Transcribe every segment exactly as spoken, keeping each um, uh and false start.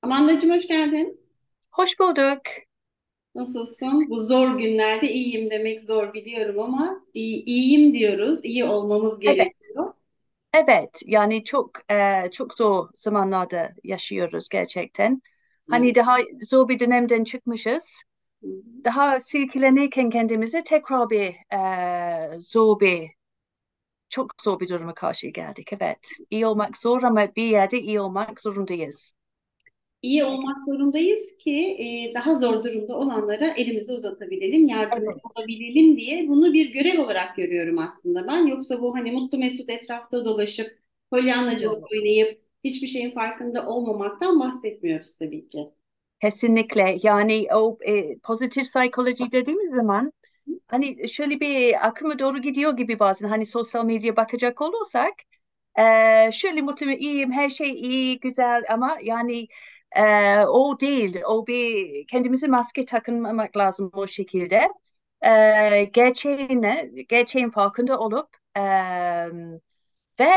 Amandacığım hoş geldin. Hoş bulduk. Nasılsın? Bu zor günlerde iyiyim demek zor biliyorum ama iyi, iyiyim diyoruz. İyi olmamız Evet, gerekiyor. evet. Yani çok e, çok zor zamanlarda yaşıyoruz gerçekten. Hani Evet. daha zor bir dönemden çıkmışız. Hı hı. Daha silkelenirken kendimizi tekrar bir e, zor bir, çok zor bir duruma karşı geldik. Evet. İyi olmak zor ama bir yerde iyi olmak zorundayız. İyi olmak zorundayız ki e, daha zor durumda olanlara elimizi uzatabilelim, yardımcı Evet. olabilelim diye bunu bir görev olarak görüyorum aslında ben. Yoksa bu hani mutlu mesut etrafta dolaşıp polyanlacılık Yok. oynayıp hiçbir şeyin farkında olmamaktan bahsetmiyoruz tabii ki. Kesinlikle. Yani o e, pozitif psikoloji dediğimiz zaman hani şöyle bir akıma doğru gidiyor gibi bazen hani sosyal medya bakacak olursak eee, şöyle mutluyum, iyiyim, her şey iyi, güzel ama yani eee, o değil. O bir kendimizi maske takınmamak lazım o şekilde. Eee gerçeğine, gerçeğin farkında olup eee, ve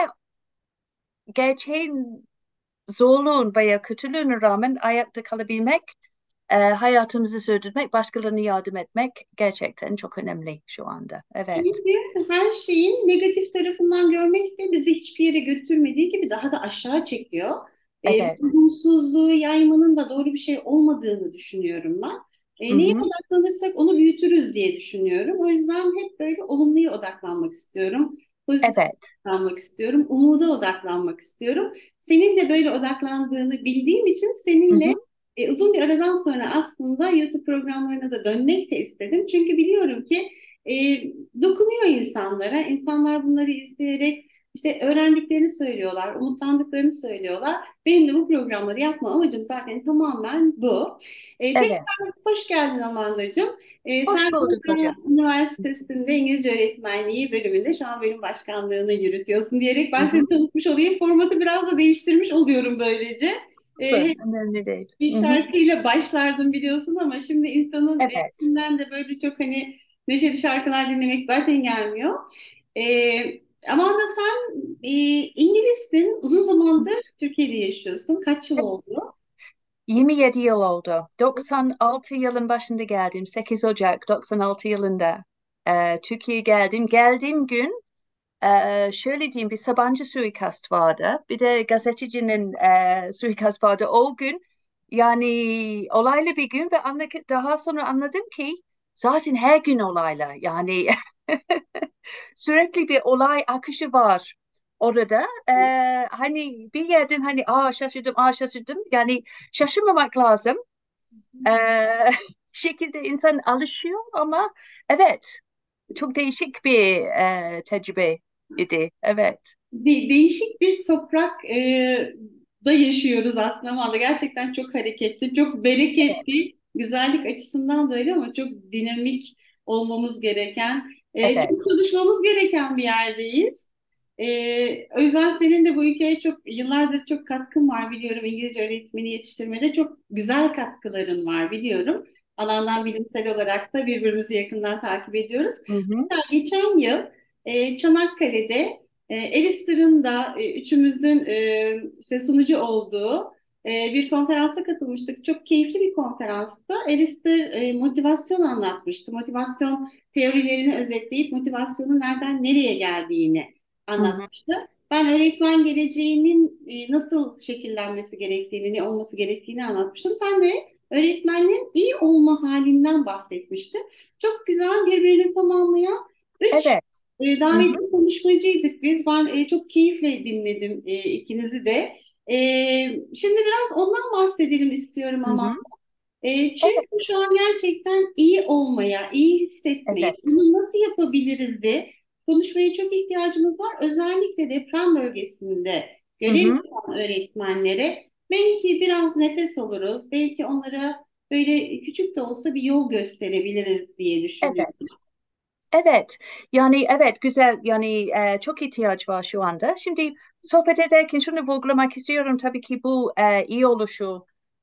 gerçeğin zorluğun veya kötülüğüne rağmen ayakta kalabilmek, eee, hayatımızı sürdürmek, başkalarına yardım etmek gerçekten çok önemli şu anda. Evet, Şimdi her şeyin negatif tarafından görmek de bizi hiçbir yere götürmediği gibi daha da aşağı çekiyor. E, evet. umutsuzluğu yaymanın da doğru bir şey olmadığını düşünüyorum ben. Hı E, neye hı. odaklanırsak onu büyütürüz diye düşünüyorum. O yüzden hep böyle olumluya odaklanmak istiyorum. Pozitif Evet. odaklanmak istiyorum. Umuda odaklanmak istiyorum. Senin de böyle odaklandığını bildiğim için Hı seninle hı. e, uzun bir aradan sonra aslında YouTube programlarına da dönmek de istedim. Çünkü biliyorum ki e, dokunuyor insanlara. İnsanlar bunları izleyerek işte öğrendiklerini söylüyorlar, umutlandıklarını söylüyorlar. Benim de bu programları yapma amacım zaten tamamen bu. E, Evet. tekrar hoş geldin Amandacığım. E, sen Hoş bulduk Ankara hocam. Üniversitesi'nde İngilizce Öğretmenliği bölümünde şu an bölüm başkanlığını yürütüyorsun diyerek Hı ben seni hı. tanıtmış olayım. Formatı biraz da değiştirmiş oluyorum böylece. E, Olsun. Önemli değil. Bir Hı hı. şarkıyla başlardım biliyorsun ama şimdi insanın e, Evet. içinden de böyle çok hani neşeli şarkılar dinlemek zaten gelmiyor. E, Amanda sen e, İngilizsin. Uzun zamandır Türkiye'de yaşıyorsun. Kaç yıl Evet. oldu? yirmi yedi yıl oldu. doksan altı yılın başında geldim. sekiz Ocak doksan altı yılında e, Türkiye'ye geldim. Geldiğim gün e, şöyle diyeyim, bir Sabancı suikast vardı. Bir de gazetecinin e, suikast vardı. O gün yani olaylı bir gün ve anla, daha sonra anladım ki zaten her gün olaylı. Yani sürekli bir olay akışı var orada. Ee, hani bir yerden hani aa şaşırdım, aa şaşırdım. Yani şaşırmamak lazım. Ee, şekilde insan alışıyor ama evet, çok değişik bir e, tecrübe idi. Evet, De- değişik bir toprak e, da yaşıyoruz aslında ama da gerçekten çok hareketli, çok bereketli, güzellik açısından da öyle ama çok dinamik olmamız gereken, e, çok evet, çalışmamız gereken bir yerdeyiz. E, o yüzden senin de bu ülkeye çok yıllardır çok katkın var biliyorum. İngilizce öğretmeni yetiştirmede çok güzel katkıların var biliyorum. Alandan bilimsel olarak da birbirimizi yakından takip ediyoruz. hı hı, Hatta geçen yıl e, Çanakkale'de e, Alistair'ın da e, üçümüzün e, işte sunucu olduğu e, bir konferansa katılmıştık. Çok keyifli bir konferanstı. Alistair e, motivasyon anlatmıştı. Motivasyon teorilerini özetleyip motivasyonun nereden nereye geldiğini hı hı. anlatmıştı. Ben öğretmen geleceğinin e, nasıl şekillenmesi gerektiğini, ne olması gerektiğini anlatmıştım. Sen de öğretmenlerin iyi olma halinden bahsetmiştin. Çok güzel birbirini tamamlayan üç Evet, e, hı hı, davetli konuşmacıydık biz. Ben e, çok keyifle dinledim e, ikinizi de. E, Şimdi biraz ondan bahsedelim istiyorum hı ama. hı. E, Evet, çünkü şu an gerçekten iyi olmaya, iyi hissetmeyi, evet, bunu nasıl yapabiliriz de konuşmaya çok ihtiyacımız var. Özellikle deprem bölgesinde hı görev hı. yapan öğretmenlere belki biraz nefes oluruz, belki onlara böyle küçük de olsa bir yol gösterebiliriz diye düşünüyorum. Evet. Evet, yani evet, güzel, yani e, çok ihtiyaç var şu anda. Şimdi sohbet ederken şunu vurgulamak istiyorum, tabii ki bu e, iyi oluşu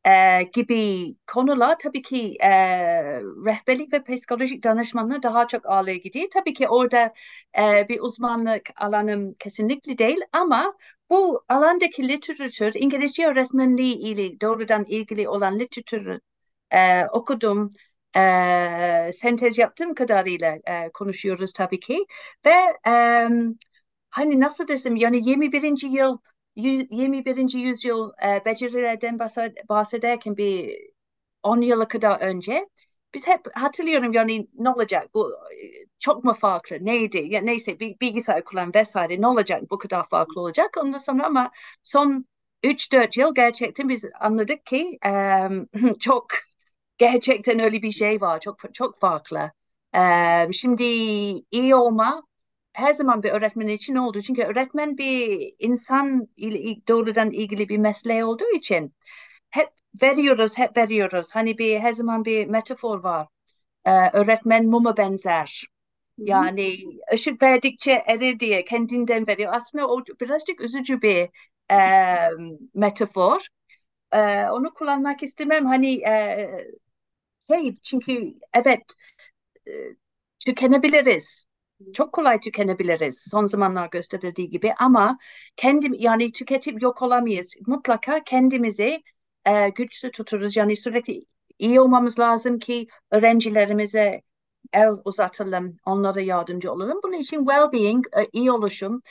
e, gibi konular tabii ki e, rehberlik ve psikolojik danışmanlığı daha çok ağırlığa gidiyor. Tabii ki orada e, bir uzmanlık alanım kesinlikle değil ama bu alandaki literatür, İngilizce öğretmenliği ile doğrudan ilgili olan literatürü e, okudum. E, Sentez yaptığım kadarıyla e, konuşuyoruz tabii ki. Ve e, hani nasıl desem yani yirmi birinci yıl yüz- yirmi birinci yüzyıl e, becerilerden bahsed- bahsederken bir on yılı kadar önce biz hep hatırlıyorum yani ne olacak bu e, çok mu farklı neydi ya neyse bir bilgisayar kullanan vesaire ne olacak bu kadar farklı olacak ondan sonra ama son üç dört yıl gerçekten biz anladık ki e, çok gerçekten öyle bir şey var çok çok farklı. E, şimdi iyi olma her zaman bir öğretmen için oldu. Çünkü öğretmen bir insan ile doğrudan ilgili bir mesleği olduğu için hep veriyoruz, hep veriyoruz. Hani bir her zaman bir metafor var. Ee, öğretmen muma benzer. Hı hı. Yani ışık verdikçe erir diye kendinden veriyor. Aslında o birazcık üzücü bir e, metafor. E, onu kullanmak istemem. Hani e, şey çünkü evet e, tükenebiliriz. Çok kolay tükenebiliriz son zamanlar gösterildiği gibi ama kendim yani tüketip yok olamayız. Mutlaka kendimizi e, güçlü tuturuz. Yani sürekli iyi olmamız lazım ki öğrencilerimize el uzatalım, onlara yardımcı olalım. Bunun için well-being, e, iyi oluşum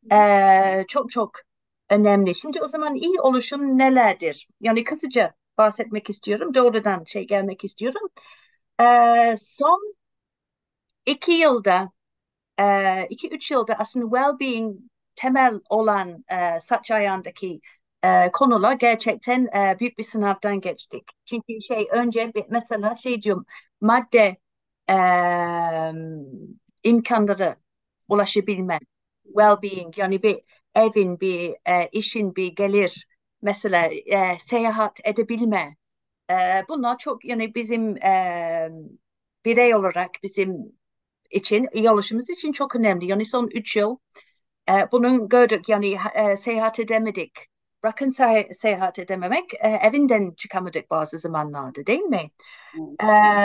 e, çok çok önemli. Şimdi o zaman iyi oluşum nelerdir? Yani kısaca bahsetmek istiyorum. Doğrudan şey gelmek istiyorum. E, son iki yılda, e, iki üç yılda aslında well-being temel olan e, saç ayağındaki e, konular gerçekten e, büyük bir sınavdan geçtik. Çünkü şey önce bir, mesela şey diyorum madde e, imkanları ulaşabilme, well-being yani bir evin, bir e, işin, bir gelir mesela e, seyahat edebilme. E, bunlar çok yani bizim e, birey olarak bizim için, iyi oluşumuz için çok önemli. Yani son üç yıl e, bunun gördük. Yani e, seyahat edemedik. Bırakın se seyahat edememek, e, evinden çıkamadık bazı zamanlarda değil mi? E,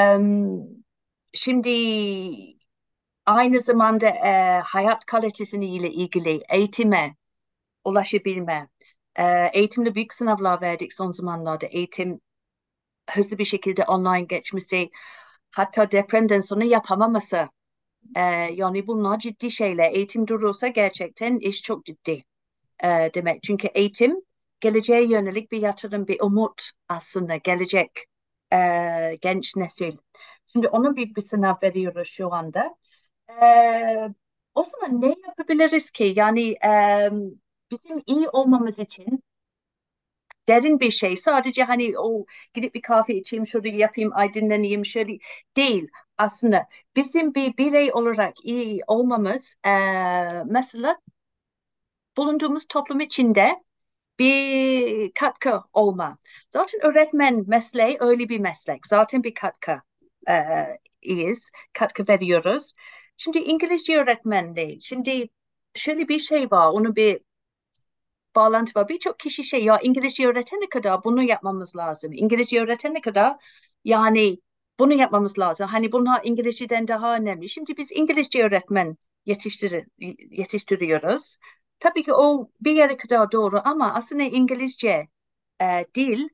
Şimdi aynı zamanda e, hayat kalitesini ile ilgili eğitime ulaşabilme. E, eğitimde büyük sınavlar verdik son zamanlarda. Eğitim hızlı bir şekilde online geçmesi, hatta depremden sonra yapamaması. Ee, yani bunlar ciddi şeyler. Eğitim durursa gerçekten iş çok ciddi ee, demek. Çünkü eğitim geleceğe yönelik bir yatırım, bir umut aslında gelecek ee, genç nesil. Şimdi ona büyük bir sınav veriyoruz şu anda. Ee, O zaman ne yapabiliriz ki? Yani e, bizim iyi olmamız için derin bir şey. Sadece hani o gidip bir kahve içeyim, şöyle yapayım, ay dinleneyim, şöyle değil. Aslında bizim bir birey olarak iyi olmamız eee, mesela bulunduğumuz toplum içinde bir katkı olma. Zaten öğretmen mesleği öyle bir meslek. Zaten bir katkı eee, iyiyiz, katkı veriyoruz. Şimdi İngilizce öğretmenliği. Şimdi şöyle bir şey var. Onu bir bağlantı var. Birçok kişi şey ya İngilizce öğretene kadar bunu yapmamız lazım. İngilizce öğretene kadar yani bunu yapmamız lazım. Hani bunlar İngilizceden daha önemli. Şimdi biz İngilizce öğretmen yetiştir yetiştiriyoruz. Tabii ki o bir yere kadar doğru ama aslında İngilizce e, dil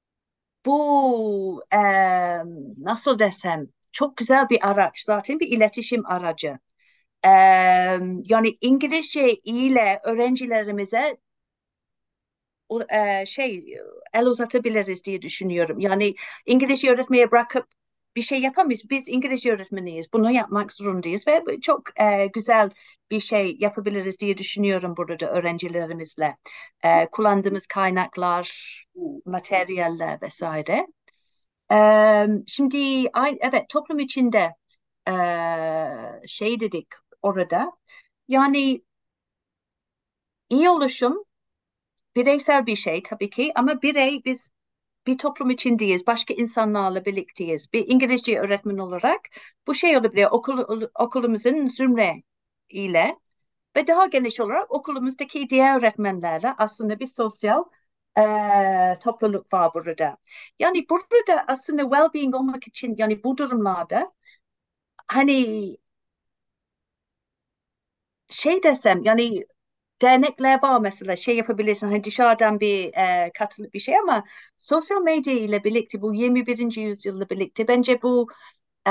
bu e, nasıl desem çok güzel bir araç. Zaten bir iletişim aracı. E, Yani İngilizce ile öğrencilerimize o, e, şey el uzatabiliriz diye düşünüyorum. Yani İngilizce öğretmeye bırakıp bir şey yapamayız. Biz İngilizce öğretmeniyiz. Bunu yapmak zorundayız ve bu çok e, güzel bir şey yapabiliriz diye düşünüyorum burada öğrencilerimizle. E, kullandığımız kaynaklar, materyaller vesaire. E, Şimdi ay- evet toplum içinde e, şey dedik orada. Yani iyi oluşum bireysel bir şey tabii ki ama birey biz bir toplum içindeyiz, başka insanlarla birlikteyiz. Bir İngilizce öğretmen olarak bu şey olabilir okul, okulumuzun zümre ile ve daha geniş olarak okulumuzdaki diğer öğretmenlerle aslında bir sosyal e, topluluk var burada. Yani burada aslında well-being olmak için yani bu durumlarda hani şey desem yani dernekler var mesela şey yapabilirsin hani dışarıdan bir e, katılıp bir şey ama sosyal medya ile birlikte bu yirmi birinci yüzyılla birlikte bence bu e,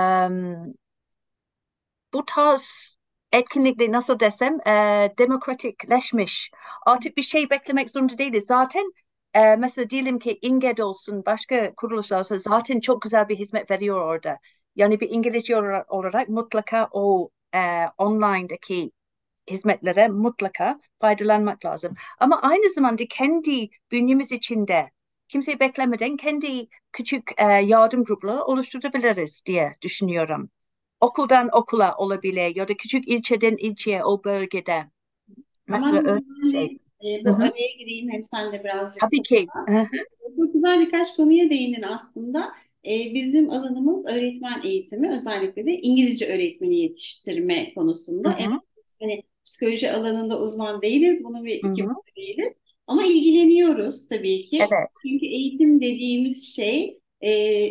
bu tarz etkinlikle nasıl desem e, demokratikleşmiş. Artık bir şey beklemek zorunda değiliz. Zaten e, mesela diyelim ki İnge olsun başka kuruluşlar olsun zaten çok güzel bir hizmet veriyor orada. Yani bir İngilizce olarak, olarak mutlaka o e, online'daki hizmetlere mutlaka faydalanmak lazım. Ama aynı zamanda kendi bünyemiz içinde kimseyi beklemeden kendi küçük e, yardım grupları oluşturabiliriz diye düşünüyorum. Okuldan okula olabilir ya da küçük ilçeden ilçeye o bölgede. Mesela Ama öyle bir ben de şey. e, Hı bu hı. araya gireyim, hem sen de birazcık Tabii sonra. ki. Hı hı. Çok güzel birkaç konuya değindin aslında. Ee, bizim alanımız öğretmen eğitimi, özellikle de İngilizce öğretmeni yetiştirme Hı konusunda. Evet, hı. hani psikoloji alanında uzman değiliz, bunun bir Hı ikimiz hı. de değiliz. Ama ilgileniyoruz tabii ki. Evet. Çünkü eğitim dediğimiz şey e,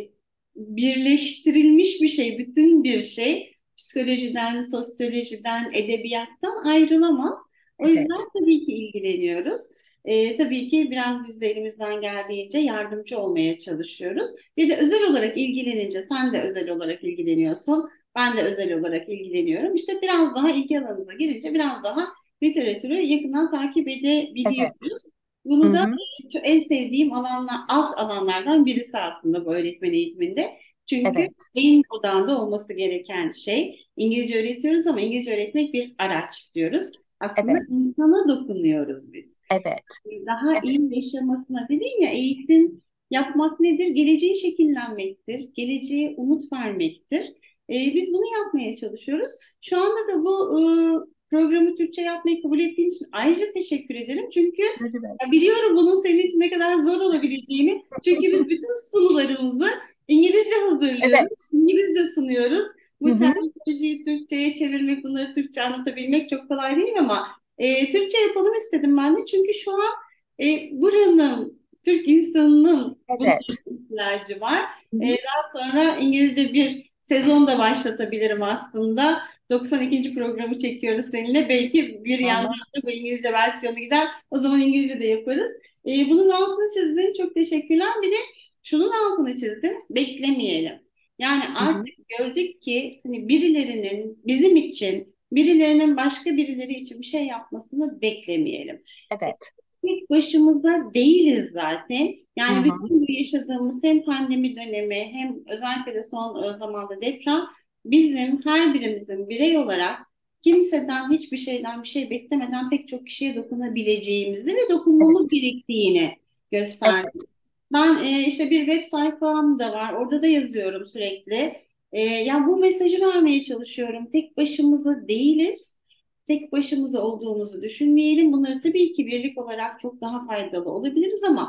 birleştirilmiş bir şey, bütün bir şey. Psikolojiden, sosyolojiden, edebiyattan ayrılamaz. O yüzden Evet. tabii ki ilgileniyoruz. E, tabii ki biraz biz de elimizden geldiğince yardımcı olmaya çalışıyoruz. Bir de özel olarak ilgilenince, sen de özel olarak ilgileniyorsun, ben de özel olarak ilgileniyorum. İşte biraz daha ilgi alanımıza girince biraz daha literatürü yakından takip Evet. edebiliyoruz. Hı Bunu da hı. e, şu en sevdiğim alanlar, alt alanlardan birisi aslında bu öğretmen eğitiminde. Çünkü Evet. en odağında olması gereken şey, İngilizce öğretiyoruz ama İngilizce öğretmek bir araç diyoruz. Aslında Evet. insana dokunuyoruz biz. Evet. Daha Evet. iyi yaşamasına, dedim ya, eğitim yapmak nedir? Geleceği şekillenmektir, geleceğe umut vermektir. Ee, biz bunu yapmaya çalışıyoruz. Şu anda da bu e, programı Türkçe yapmayı kabul ettiğin için ayrıca teşekkür ederim. Çünkü Ne demek? ya biliyorum bunun senin için ne kadar zor olabileceğini. Çünkü biz bütün sunularımızı İngilizce hazırlıyoruz, Evet. İngilizce sunuyoruz. Hı Bu hı. terminolojiyi Türkçe'ye çevirmek, bunları Türkçe anlatabilmek çok kolay değil ama e, Türkçe yapalım istedim ben de. Çünkü şu an e, buranın, Türk insanının buna Evet. ihtiyacı var. Hı E, hı. daha sonra İngilizce bir sezon da başlatabilirim aslında. doksan ikinci programı çekiyoruz seninle. Belki bir yandan Tamam. da bu İngilizce versiyonu gider. O zaman İngilizce de yaparız. E, bunun altını çizdiğin çok teşekkürler. Bir de şunun altını çizdim. Beklemeyelim. Yani Hı hı. artık gördük ki hani birilerinin bizim için, birilerinin başka birileri için bir şey yapmasını beklemeyelim. Evet. Tek başımıza değiliz zaten. Hı Yani hı. bütün bu yaşadığımız hem pandemi dönemi hem özellikle de son e, zamanda deprem, bizim her birimizin birey olarak kimseden, hiçbir şeyden bir şey beklemeden pek çok kişiye dokunabileceğimizi ve dokunmamız Evet. gerektiğini gösterdi. Evet. Ben e, işte bir web sayfam da var. Orada da yazıyorum sürekli. E, ya bu mesajı vermeye çalışıyorum. Tek başımıza değiliz. Tek başımıza olduğumuzu düşünmeyelim. Bunları tabii ki birlik olarak çok daha faydalı olabiliriz ama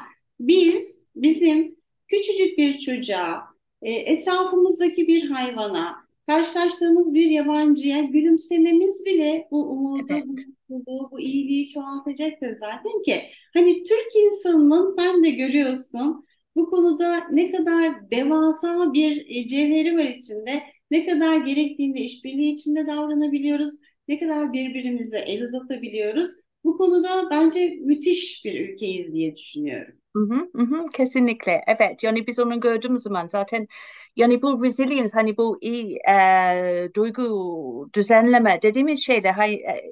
biz bizim küçücük bir çocuğa, e, etrafımızdaki bir hayvana, karşılaştığımız bir yabancıya gülümsememiz bile bu umudu, bu Evet. mutluluğu, bu iyiliği çoğaltacaktır zaten ki. Hani Türk insanının, sen de görüyorsun, bu konuda ne kadar devasa bir e, cevheri var içinde, ne kadar gerektiğinde işbirliği içinde davranabiliyoruz, ne kadar birbirimize el uzatabiliyoruz. Bu konuda bence müthiş bir ülkeyiz diye düşünüyorum. Hı hı, hı hı, kesinlikle. Evet. Yani biz onu gördüğümüz zaman zaten yani bu resilience hani bu iyi e, duygu düzenleme dediğimiz şeyle hay, e,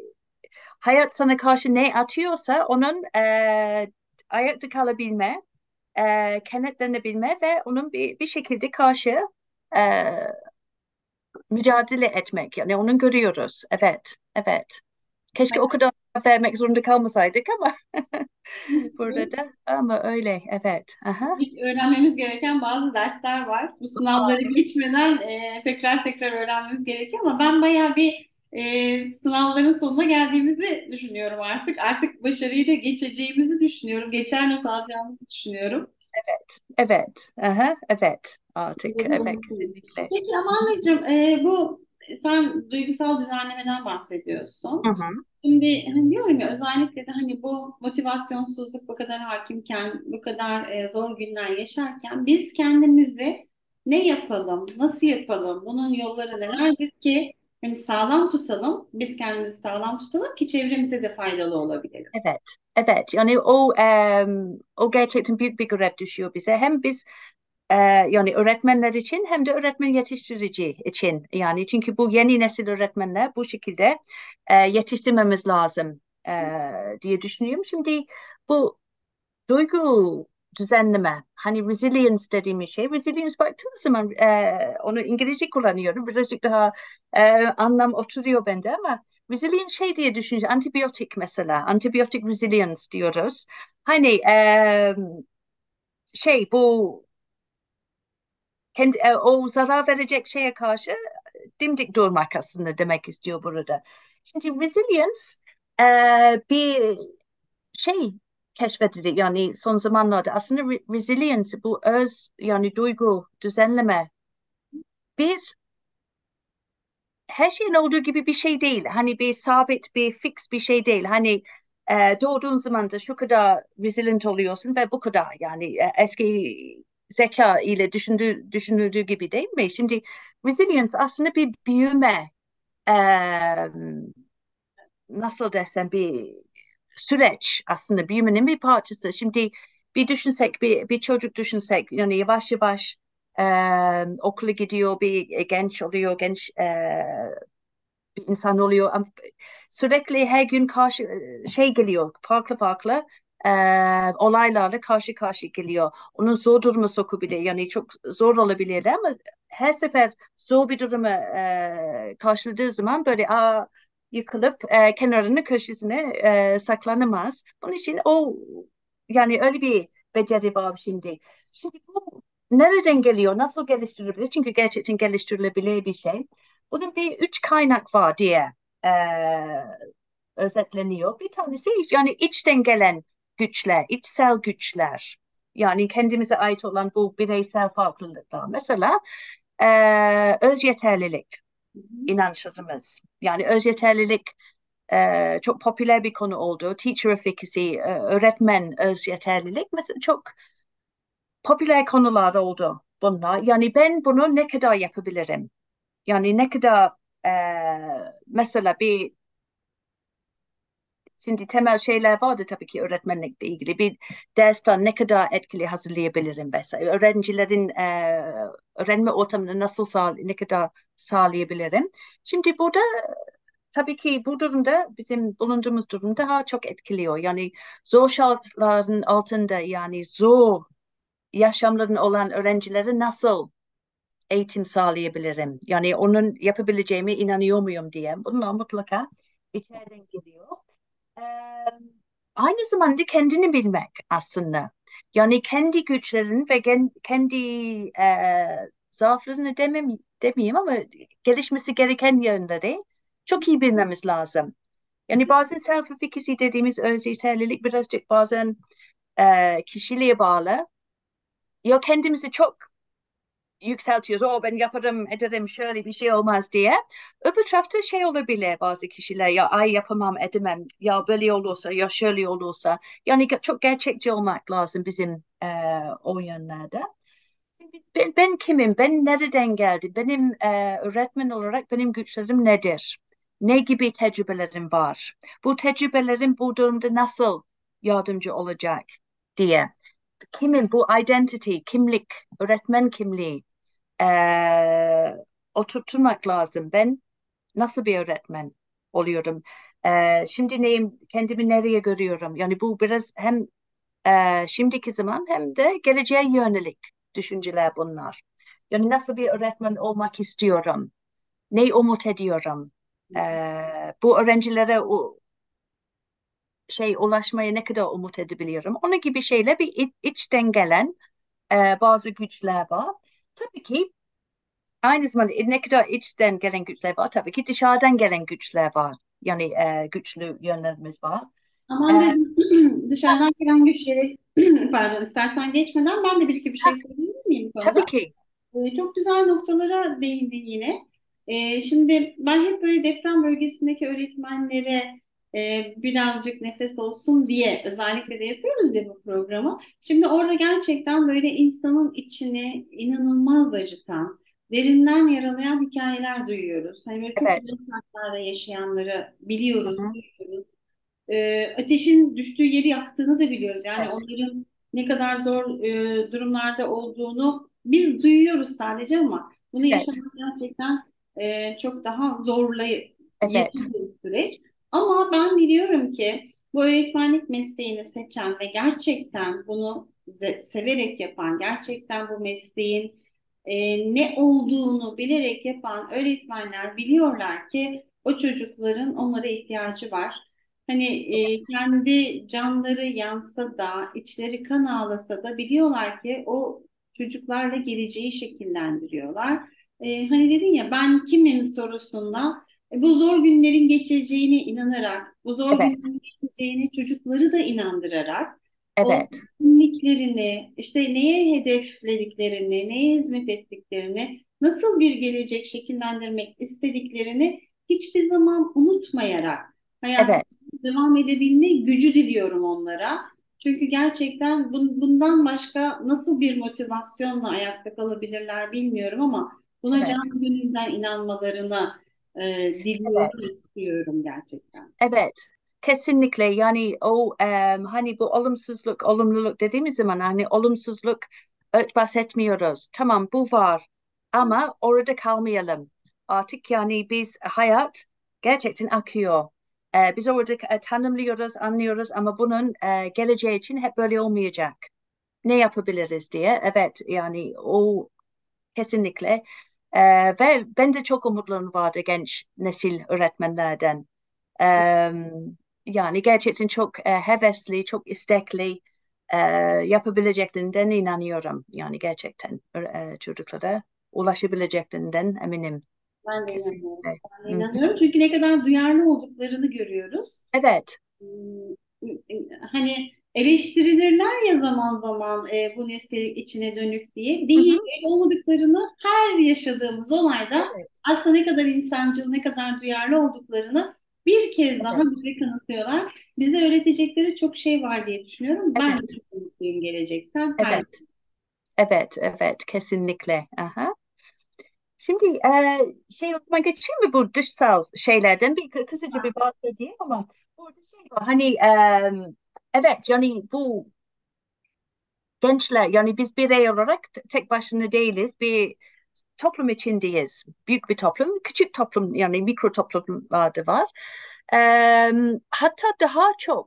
hayat sana karşı ne atıyorsa onun e, ayakta kalabilme, e, kenetlenebilme ve onun bir, bir şekilde karşı e, mücadele etmek. Yani onu görüyoruz. Evet. Evet. Keşke o kadar vermek zorunda kalmasaydık ama burada Evet. da ama öyle. Evet. Aha. Öğrenmemiz gereken bazı dersler var. Bu sınavları geçmeden e, tekrar tekrar öğrenmemiz gerekiyor ama ben bayağı bir e, sınavların sonuna geldiğimizi düşünüyorum artık. Artık başarıyı da geçeceğimizi düşünüyorum. Geçer not alacağımızı düşünüyorum. Evet. Aha, evet. Artık Umarım evet olsun. kesinlikle. Peki Hı hı. Amandacığım, e, bu sen duygusal düzenlemeden Hı bahsediyorsun. hı. Şimdi hani diyorum ya, özellikle de hani bu motivasyonsuzluk bu kadar hakimken, bu kadar e, zor günler yaşarken biz kendimizi ne yapalım, nasıl yapalım, bunun yolları nelerdir ki hani sağlam tutalım, biz kendimizi sağlam tutalım ki çevremize de faydalı olabilelim. Evet, evet. Yani o em, o gerçekten büyük bir görev düşüyor bize. Hem biz e, yani öğretmenler için hem de öğretmen yetiştirici için. Yani çünkü bu yeni nesil öğretmenler bu şekilde e, yetiştirmemiz lazım e, diye düşünüyorum. Şimdi bu duygu düzenleme, hani resilience dediğimiz şey, resilience baktığınız zaman e, onu İngilizce kullanıyorum. Birazcık daha e, anlam oturuyor bende ama resilience şey diye düşünce antibiyotik mesela, antibiyotik resilience diyoruz. Hani e, şey bu kendi e, o zarar verecek şeye karşı dimdik durmak aslında demek istiyor burada. Şimdi resilience e, bir şey keşfedildi yani son zamanlarda aslında re- resilience bu öz yani duygu düzenleme bir her şeyin olduğu gibi bir şey değil. Hani bir sabit bir fix bir şey değil. Hani e, doğduğun zaman da şu kadar resilient oluyorsun ve bu kadar yani e, eski zeka ile düşündüğü, düşünüldüğü gibi değil mi? Şimdi resilience aslında bir büyüme e, nasıl desem bir süreç aslında büyümenin bir parçası. Şimdi bir düşünsek bir, bir çocuk düşünsek yani yavaş yavaş e, okula gidiyor bir genç oluyor genç e, bir insan oluyor. Ama sürekli her gün karşı şey geliyor farklı farklı e, olaylarla karşı karşı geliyor. Onun zor duruma sokabilir yani çok zor olabilir ama her sefer zor bir durumu e, karşıladığı zaman böyle aa, yıkılıp e, kenarını köşesine e, saklanamaz. Bunun için o yani öyle bir beceri var şimdi. Şimdi bu nereden geliyor? Nasıl geliştirilebilir? Çünkü gerçekten geliştirilebilir bir şey. Bunun bir üç kaynak var diye e, özetleniyor. Bir tanesi yani içten gelen güçler, içsel güçler. Yani kendimize ait olan bu bireysel farklılıklar. Mesela e, öz yeterlilik inançlarımız. Yani öz yeterlilik e, çok popüler bir konu oldu. Teacher efficacy, e, öğretmen öz yeterlilik mesela çok popüler konular oldu bunlar. Yani ben bunu ne kadar yapabilirim? Yani ne kadar eee, mesela bir şimdi temel şeyler vardı tabii ki öğretmenlikle ilgili bir ders planı ne kadar etkili hazırlayabilirim mesela öğrencilerin eee, öğrenme ortamını nasıl sağ, ne kadar sağlayabilirim. Şimdi burada tabii ki bu durumda bizim bulunduğumuz durumda daha çok etkiliyor. Yani zor şartların altında yani zor yaşamların olan öğrencilere nasıl eğitim sağlayabilirim? Yani onun yapabileceğime inanıyor muyum diye. Bunlar mutlaka içeriden geliyor. Ee, aynı zamanda kendini bilmek aslında. Yani kendi güçlerin ve gen- kendi e, zaaflarını demem, demeyeyim ama gelişmesi gereken yönleri çok iyi bilmemiz lazım. Yani bazen self-efficacy dediğimiz öz yeterlilik birazcık bazen e, kişiliğe bağlı. Ya kendimizi çok yükseltiyoruz. O ben yaparım ederim şöyle bir şey olmaz diye. Öbür tarafta şey olabilir bazı kişiler ya ay yapamam edemem ya böyle olursa ya şöyle olursa. Yani ge- çok gerçekçi olmak lazım bizim e, o yönlerde. Ben, ben kimim? Ben nereden geldim? Benim e, öğretmen olarak benim güçlerim nedir? Ne gibi tecrübelerim var? Bu tecrübelerim bu durumda nasıl yardımcı olacak diye. Kimim? Bu identity, kimlik, öğretmen kimliği eee oturtmak lazım. Ben nasıl bir öğretmen oluyorum? Eee, şimdi neyim, kendimi nereye görüyorum? Yani bu biraz hem eee, şimdiki zaman hem de geleceğe yönelik düşünceler bunlar. Yani nasıl bir öğretmen olmak istiyorum? Neyi umut ediyorum? Eee, bu öğrencilere o şey ulaşmaya ne kadar umut edebiliyorum? Onun gibi şeyler bir iç- içten gelen eee, bazı güçler var. Tabii ki aynı zamanda ne kadar içten gelen güçler var tabii ki dışarıdan gelen güçler var. Yani e, güçlü yönlerimiz var. E, Aman da dışarıdan gelen güçleri pardon, istersen geçmeden ben de bir iki bir ha, şey söyleyebilir miyim bu konuda? tabii ki. Ee, çok güzel noktalara değindin yine. E, şimdi ben hep böyle deprem bölgesindeki öğretmenlere e, birazcık nefes olsun diye özellikle de yapıyoruz ya bu programı. Şimdi orada gerçekten böyle insanın içini inanılmaz acıtan, derinden yaralayan hikayeler duyuyoruz. Hani böyle çok Evet. zor şartlarda yaşayanları biliyoruz, Hı-hı. duyuyoruz. E, ateşin düştüğü yeri yaktığını da biliyoruz. Yani Evet. onların ne kadar zor e, durumlarda olduğunu biz duyuyoruz sadece ama bunu Evet. yaşamak gerçekten e, çok daha zorlayıcı Evet. bir süreç. Ama ben biliyorum ki bu öğretmenlik mesleğini seçen ve gerçekten bunu ze- severek yapan, gerçekten bu mesleğin e, ne olduğunu bilerek yapan öğretmenler biliyorlar ki o çocukların onlara ihtiyacı var. Hani e, kendi canları yansa da, içleri kan ağlasa da biliyorlar ki o çocuklarla geleceği şekillendiriyorlar. E, hani dedin ya ben kimim sorusunda e, bu zor günlerin geçeceğine inanarak, bu zor Evet. günlerin geçeceğine çocukları da inandırarak o Evet. kimliklerini, işte neye hedeflediklerini, neye hizmet ettiklerini, nasıl bir gelecek şekillendirmek istediklerini hiçbir zaman unutmayarak hayat Evet. devam edebilme gücü diliyorum onlara. Çünkü gerçekten bun- bundan başka nasıl bir motivasyonla ayakta kalabilirler bilmiyorum ama buna Evet. can gönülden inanmalarını e, diliyorum, Evet. istiyorum gerçekten. Evet, kesinlikle yani o em, hani bu olumsuzluk, olumluluk dediğimiz zaman hani olumsuzluk örtbas etmiyoruz. Tamam bu var ama orada kalmayalım. Artık yani biz hayat gerçekten akıyor. Ee, biz orada e, tanımlıyoruz, anlıyoruz ama bunun e, geleceği için hep böyle olmayacak. Ne yapabiliriz diye. Evet yani o kesinlikle. Ee, ve ben de çok umutlarım vardı genç nesil öğretmenlerden. Eee, Yani gerçekten çok e, hevesli, çok istekli e, yapabileceklerinden inanıyorum. Yani gerçekten e, çocuklara ulaşabileceklerinden eminim. Ben de inanıyorum. Kesinlikle. Ben de Hı hı. inanıyorum. Çünkü ne kadar duyarlı olduklarını görüyoruz. Evet, Hmm, hani eleştirilirler ya zaman zaman e, bu nesil içine dönük diye. hı Değil, hı. öyle olmadıklarını her yaşadığımız olayda Evet, aslında ne kadar insancıl, ne kadar duyarlı olduklarını bir kez daha evet, bize kanıtlıyorlar. Bize öğretecekleri çok şey var diye düşünüyorum. Ben de evet, çok umutluyum gelecekten. Her evet, evet, evet, kesinlikle. Aha. Şimdi e, şey okuma geçeyim mi bu dışsal şeylerden bir kı- kısaca bir bahsedeyim ama burada şey var hani e, evet yani bu gençler yani biz birey olarak t- tek başına değiliz. Bir toplum içindeyiz. Büyük bir toplum, küçük toplum yani mikro toplumlar da var. Eee, hatta daha çok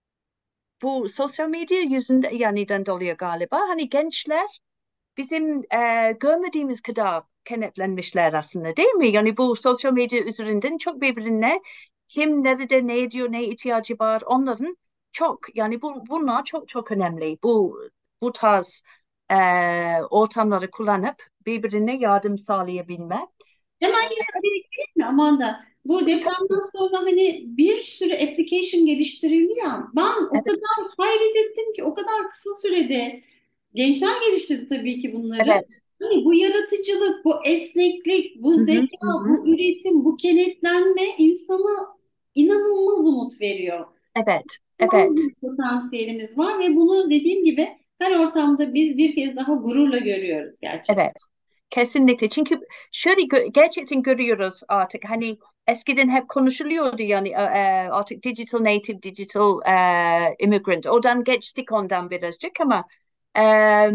bu sosyal medya yüzünden yani dolayı galiba hani gençler bizim eee, görmediğimiz kadar kenetlenmişler aslında değil mi? Yani bu sosyal medya üzerinden çok birbirine kim nerede ne ediyor ne ihtiyacı var onların çok yani bu, bunlar çok çok önemli. Bu bu tarz eee, ortamları kullanıp birbirine yardım sağlayabilme. Hemen Eee, yine araya gireyim mi Amanda? Bu depremden tabii. sonra hani bir sürü application geliştirildi ya. Ben o Evet, kadar hayret ettim ki o kadar kısa sürede gençler geliştirdi tabii ki bunları. evet. Hani bu yaratıcılık, bu esneklik, bu Hı hı, zeka, hı hı. bu üretim, bu kenetlenme insana inanılmaz umut veriyor. Evet, İnanılmaz evet. bir potansiyelimiz var ve bunu dediğim gibi her ortamda biz bir kez daha gururla görüyoruz gerçekten. Evet, kesinlikle. Çünkü şöyle gö- gerçekten görüyoruz artık hani eskiden hep konuşuluyordu yani e, e, artık digital native, digital e, immigrant. Oradan geçtik ondan birazcık ama e,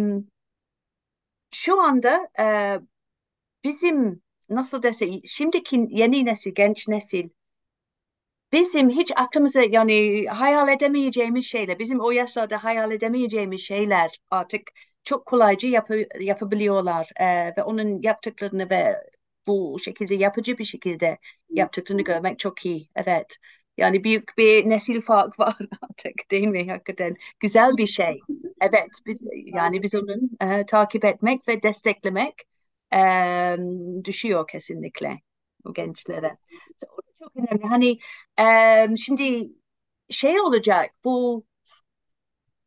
şu anda e, bizim nasıl desek şimdiki yeni nesil, genç nesil bizim hiç aklımıza yani hayal edemeyeceğimiz şeyler, bizim o yaşlarda hayal edemeyeceğimiz şeyler artık çok kolayca yapı, yapabiliyorlar. Ee, ve onun yaptıklarını ve bu şekilde yapıcı bir şekilde yaptıklarını görmek çok iyi. Evet. Yani büyük bir nesil fark var artık değil mi? Hakikaten güzel bir şey. Evet, biz yani biz onu e, takip etmek ve desteklemek e, düşüyor kesinlikle bu gençlere. O da çok önemli. Hani e, şimdi şey olacak bu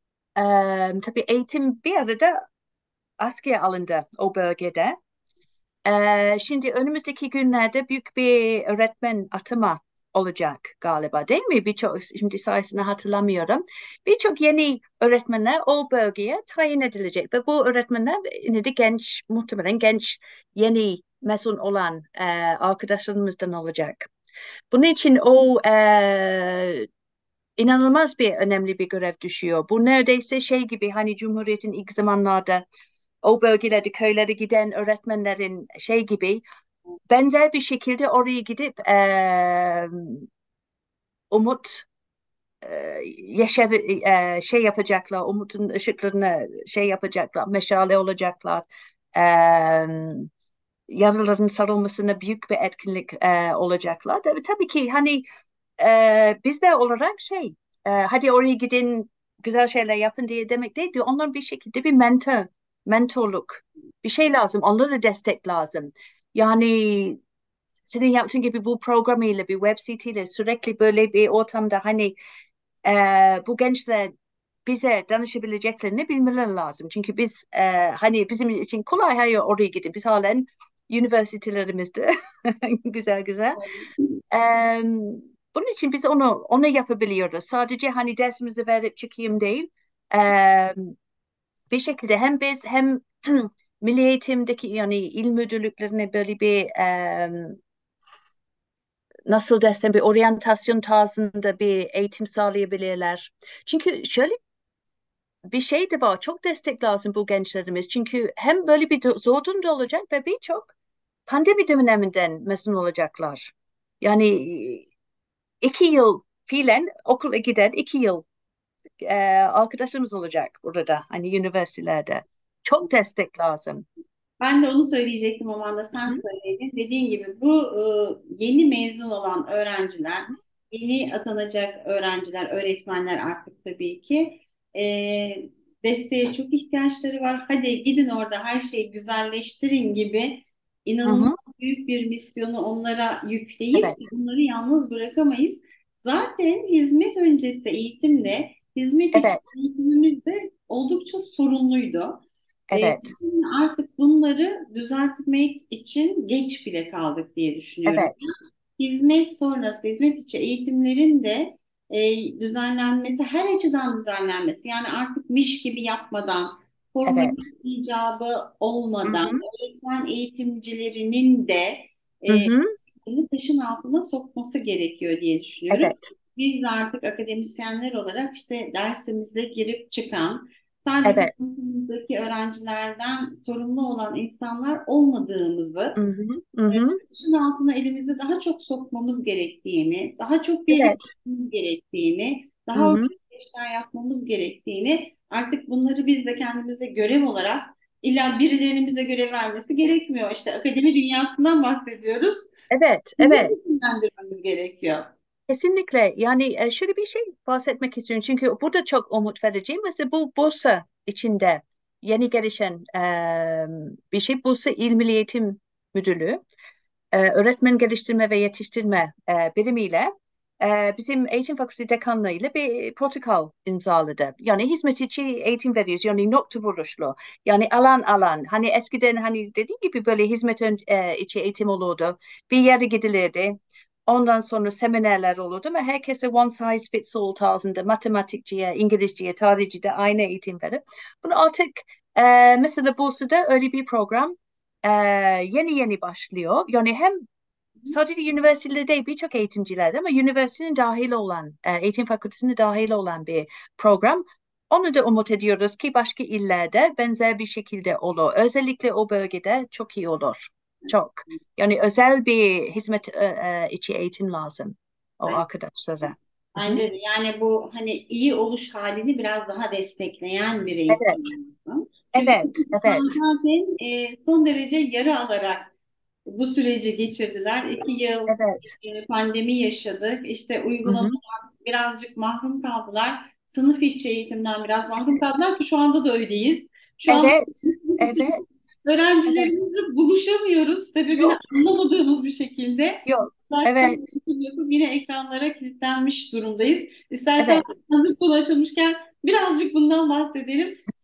e, tabii eğitim bir arada askıya alındı o bölgede. Ee, şimdi önümüzdeki günlerde büyük bir öğretmen atama olacak galiba, değil mi? Birçok, şimdi sayısını hatırlamıyorum. Birçok yeni öğretmenler o bölgeye tayin edilecek ve bu öğretmenler yine de genç, muhtemelen genç, yeni mezun olan e, arkadaşlarımızdan olacak. Bunun için o e, inanılmaz bir önemli bir görev düşüyor. Bu neredeyse şey gibi, hani Cumhuriyet'in ilk zamanlarda o bölgelerde köylere giden öğretmenlerin şey gibi, benzer bir şekilde oraya gidip eee, umut eee yaşar eee, şey yapacaklar, umutun ışıklarını şey yapacaklar, meşale olacaklar. Eee, Yaraların sarılmasına büyük bir etkinlik eee, olacaklar. Tabii, tabii ki hani eee biz de olarak şey, eee, hadi oraya gidin, güzel şeyler yapın diye demek değil diyor. Onların bir şekilde bir mentor, mentorluk bir şey lazım. Onlara da destek lazım. Yani senin yaptığın gibi bu programıyla, bir web siteyle sürekli böyle bir ortamda hani eee, bu gençler bize danışabileceklerini bilmeleri lazım. Çünkü biz eee, hani bizim için kolay, hayır oraya gidin. Biz halen üniversitelerimizde güzel güzel. Eee, Bunun için biz onu onu yapabiliyoruz. Sadece hani dersimizi verip çıkayım değil. Eee, Bir şekilde hem biz hem Milli Eğitim'deki yani il müdürlüklerine böyle bir eee, nasıl desem bir oryantasyon tarzında bir eğitim sağlayabilirler. Çünkü şöyle bir şey de var. Çok destek lazım bu gençlerimiz. Çünkü hem böyle bir zor durumda olacak ve birçok pandemi döneminden mezun olacaklar. Yani iki yıl fiilen okula giden iki yıl e, arkadaşlarımız olacak burada. Hani üniversitelerde. Çok destek lazım. Ben de onu söyleyecektim ama da sen Hı söyledin. Dediğin gibi bu e, yeni mezun olan öğrenciler, hı. yeni atanacak öğrenciler, öğretmenler artık tabii ki e, desteğe çok ihtiyaçları var. Hadi gidin orada her şeyi güzelleştirin gibi Hı inanılmaz hı. büyük bir misyonu onlara yükleyip Evet, onları yalnız bırakamayız. Zaten hizmet öncesi eğitimde, hizmet için evet, eğitimimiz de oldukça sorunluydu. E, evet, şimdi artık bunları düzeltmek için geç bile kaldık diye düşünüyorum. evet, Hizmet sonrası, hizmet içi eğitimlerin de e, düzenlenmesi, her açıdan düzenlenmesi, yani artık miş gibi yapmadan, formülün evet. icabı Hı olmadan, hı. öğretmen eğitimcilerinin de Hı e, hı. elini taşın altına sokması gerekiyor diye düşünüyorum. Evet, Biz de artık akademisyenler olarak işte dersimize girip çıkan, sadece evet. sınıfımızdaki öğrencilerden sorumlu olan insanlar olmadığımızı, Hı hı. Hı hı. taşın altına elimizi daha çok sokmamız gerektiğini, daha çok birlikte Evet. olmamız gerektiğini, Hı daha hı. organize işler yapmamız gerektiğini, artık bunları biz de kendimize görev olarak, illa birilerinin bize görev vermesi gerekmiyor. İşte akademi dünyasından bahsediyoruz. Evet, Bizim evet. yönlendirmemiz gerekiyor. Kesinlikle. Yani e, şöyle bir şey bahsetmek istiyorum. Çünkü burada çok umut verici. Mesela bu Bursa içinde yeni gelişen e, bir şey. Bursa İl Milli Eğitim Müdürlüğü e, öğretmen geliştirme ve yetiştirme e, birimiyle e, bizim eğitim fakültesi dekanlığı ile bir protokol imzaladı. Yani hizmet içi eğitim veriyoruz. Yani nokta vuruşlu. Yani alan alan. Hani eskiden hani dediğim gibi böyle hizmet ön- e, içi eğitim olurdu. Bir yere gidilirdi. Ondan sonra seminerler olurdu ve herkese one size fits all tarzında matematikçiye, İngilizceye, tarihçiye aynı eğitim verip bunu artık e, mesela Bursa'da öyle bir program e, yeni yeni başlıyor. Yani hem sadece üniversitede değil, birçok eğitimcilerde ama üniversitenin dahil olan, e, eğitim fakültesine dahil olan bir program. Onu da umut ediyoruz ki başka illerde benzer bir şekilde olur. Özellikle o bölgede çok iyi olur. Çok. Yani özel bir hizmet e, e, içi eğitim lazım o arkadaşlara. Hı hı. Bence de yani bu hani iyi oluş halini biraz daha destekleyen bir eğitim Evet, lazım. Çünkü evet, insanlar evet, zaten e, son derece yara alarak bu süreci geçirdiler. İki yıl evet. e, pandemi yaşadık. İşte Hı hı. uygulamadan birazcık mahrum kaldılar. Sınıf içi eğitimden biraz mahrum kaldılar ki şu anda da öyleyiz. Şu an Evet, evet, evet. öğrencilerimizle buluşamıyoruz. Sebebini Yok, anlamadığımız bir şekilde. yok. Uzaktan Evet, eğitim yapıp yine ekranlara kilitlenmiş durumdayız. İstersen evet. hazır konu açılmışken birazcık bundan bahsedelim.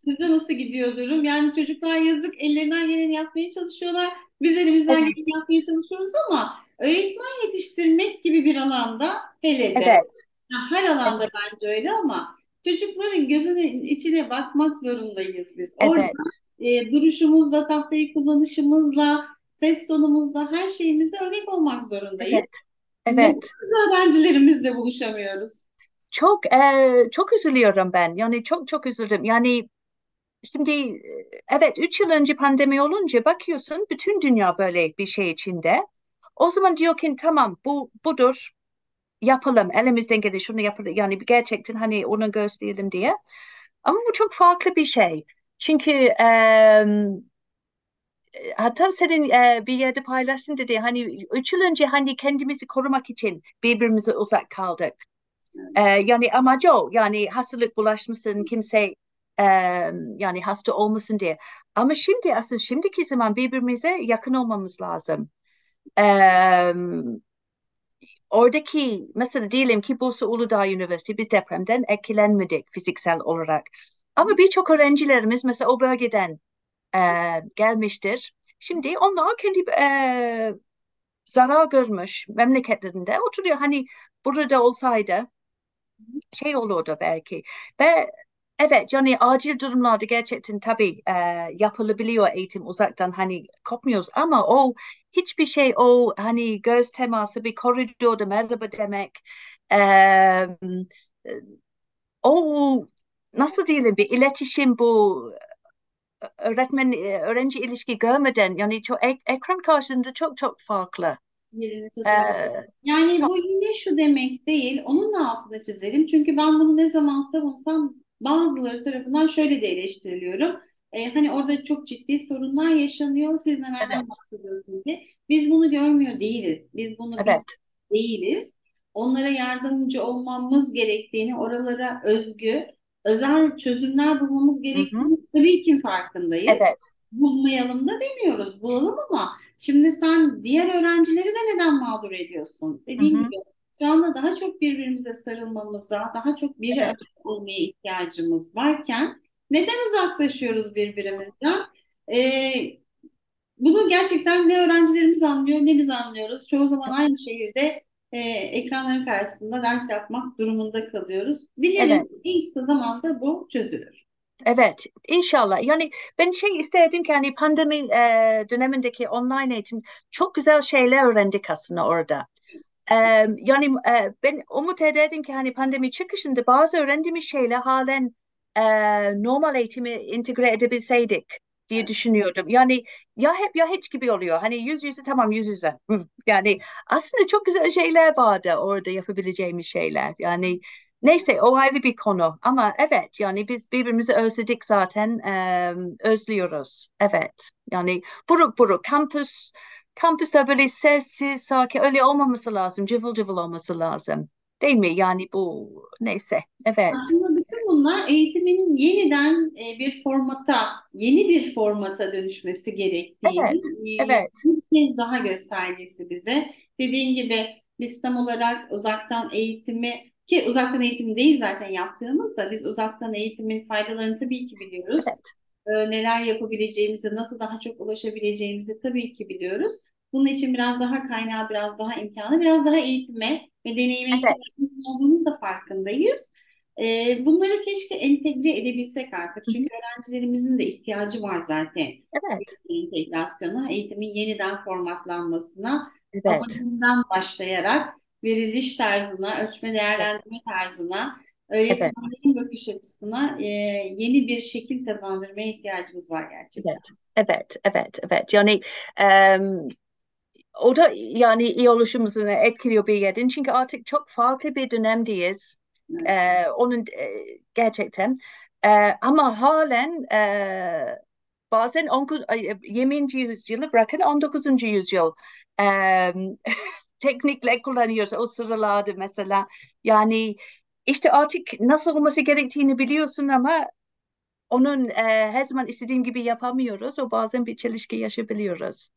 Sizde nasıl gidiyor durum? Yani çocuklar yazık ellerinden geleni yapmaya çalışıyorlar. Biz elimizden Evet, geleni yapmaya çalışıyoruz ama öğretmen yetiştirmek gibi bir alanda hele de evet, ya her alanda evet, bence öyle ama çocukların gözünün içine bakmak zorundayız biz. Orada evet, e, duruşumuzla, tahtayı kullanışımızla, ses tonumuzla, her şeyimizde örnek olmak zorundayız. evet, Neden evet. biz öğrencilerimizle buluşamıyoruz? Çok e, çok üzülüyorum ben. Yani çok çok üzüldüm. Yani şimdi e, evet üç yıl önce pandemi olunca bakıyorsun bütün dünya böyle bir şey içinde. O zaman diyor ki tamam bu budur yapalım elimizden gelir şunu yapalım yani gerçekten hani onu gösterelim diye. Ama bu çok farklı bir şey. Çünkü em, hatta senin e, bir yerde paylaştın dedi hani üç yıl önce hani kendimizi korumak için birbirimize uzak kaldık. E, yani amacı o yani hastalık bulaşmasın kimse e, yani hasta olmasın diye. Ama şimdi aslında şimdiki zaman birbirimize yakın olmamız lazım. E, Oradaki mesela diyelim ki Bursa Uludağ Üniversitesi biz depremden etkilenmedik fiziksel olarak. Ama birçok öğrencilerimiz mesela o bölgeden e, gelmiştir. Şimdi onlar kendi e, zarar görmüş memleketlerinde oturuyor. Hani burada olsaydı şey olurdu belki. Ve evet yani acil durumlarda gerçekten tabii e, yapılabiliyor eğitim uzaktan hani kopmuyoruz ama o hiçbir şey o hani göz teması bir koridorda merhaba demek e, o nasıl diyelim bir iletişim bu öğretmen e, öğrenci ilişki görmeden yani çok ek- ekran karşısında çok çok farklı. Yerini E, tutuyor. Yani çok bu yine şu demek değil, onun da altını çizelim. Çünkü ben bunu ne zaman savunsam bazıları tarafından şöyle de eleştiriliyorum. Ee, hani orada çok ciddi sorunlar yaşanıyor, siz nelerden evet bahsediyorsunuz diye. Biz bunu görmüyor değiliz, biz bunu bil evet değiliz. Onlara yardımcı olmamız gerektiğini, oralara özgü, özel çözümler bulmamız hı hı, gerektiğini tabii ki farkındayız. evet Bulmayalım da demiyoruz, bulalım ama şimdi sen diğer öğrencileri de neden mağdur ediyorsun? hı Dediğin hı, gibi şu anda daha çok birbirimize sarılmamıza, daha çok biri evet örnek olmaya ihtiyacımız varken neden uzaklaşıyoruz birbirimizden? Ee, Bunu gerçekten ne öğrencilerimiz anlıyor ne biz anlıyoruz. Çoğu zaman aynı şehirde e, ekranların karşısında ders yapmak durumunda kalıyoruz. Dilerim evet. en kısa zamanda bu çözülür. Evet, inşallah. Yani ben şey istedim ki hani pandemi e, dönemindeki online eğitim çok güzel şeyler öğrendik aslında orada. E, yani e, ben umut ederdim ki hani pandemi çıkışında bazı öğrendiğimiz şeyler halen e, normal eğitimi entegre edebilseydik diye Evet. düşünüyordum. Yani ya hep ya hiç gibi oluyor. Hani yüz yüze tamam yüz yüze. Hı. Yani aslında çok güzel şeyler vardı orada yapabileceğimiz şeyler. Yani neyse o ayrı bir konu. Ama evet yani biz birbirimizi özledik zaten. E, özlüyoruz. Evet. Yani buruk buruk kampüs kampüste böyle sessiz, sakin öyle olmaması lazım. Cıvıl cıvıl olması lazım. Değil mi? Yani bu neyse. Evet. Aslında bütün bunlar eğitimin yeniden e, bir formata, yeni bir formata dönüşmesi gerektiğini Evet. e, Evet. bir kez daha göstergesi bize. Dediğin gibi biz tam olarak uzaktan eğitimi ki uzaktan eğitim değil zaten yaptığımızda biz uzaktan eğitimin faydalarını tabii ki biliyoruz. Evet. E, neler yapabileceğimizi, nasıl daha çok ulaşabileceğimizi tabii ki biliyoruz. Bunun için biraz daha kaynağı, biraz daha imkanı, biraz daha eğitime ve deneyime Evet. ihtiyacımız olduğunun da farkındayız. Ee, bunları keşke entegre edebilsek artık. Hı hı. Çünkü öğrencilerimizin de ihtiyacı var zaten Evet. entegrasyona, eğitimin yeniden formatlanmasına, Evet. amacından başlayarak veriliş tarzına, ölçme Evet. değerlendirme tarzına, Evet. öğretmenlerin bakış açısına e, yeni bir şekil kazandırmaya ihtiyacımız var gerçekten. Evet. Evet. Evet. Evet. Yani em, o da yani iyi oluşumuzu etkiliyor bir yerden. Çünkü artık çok farklı bir dönemdeyiz. Evet. Ee, onun e, gerçekten. Ee, ama halen e, bazen on dokuz ay, yirminci yüzyılı bırakın on dokuzuncu yüzyıl e, teknikler kullanıyoruz o sıralarda mesela. Yani işte artık nasıl olması gerektiğini biliyorsun ama onun e, her zaman istediğim gibi yapamıyoruz. O bazen bir çelişki yaşayabiliyoruz.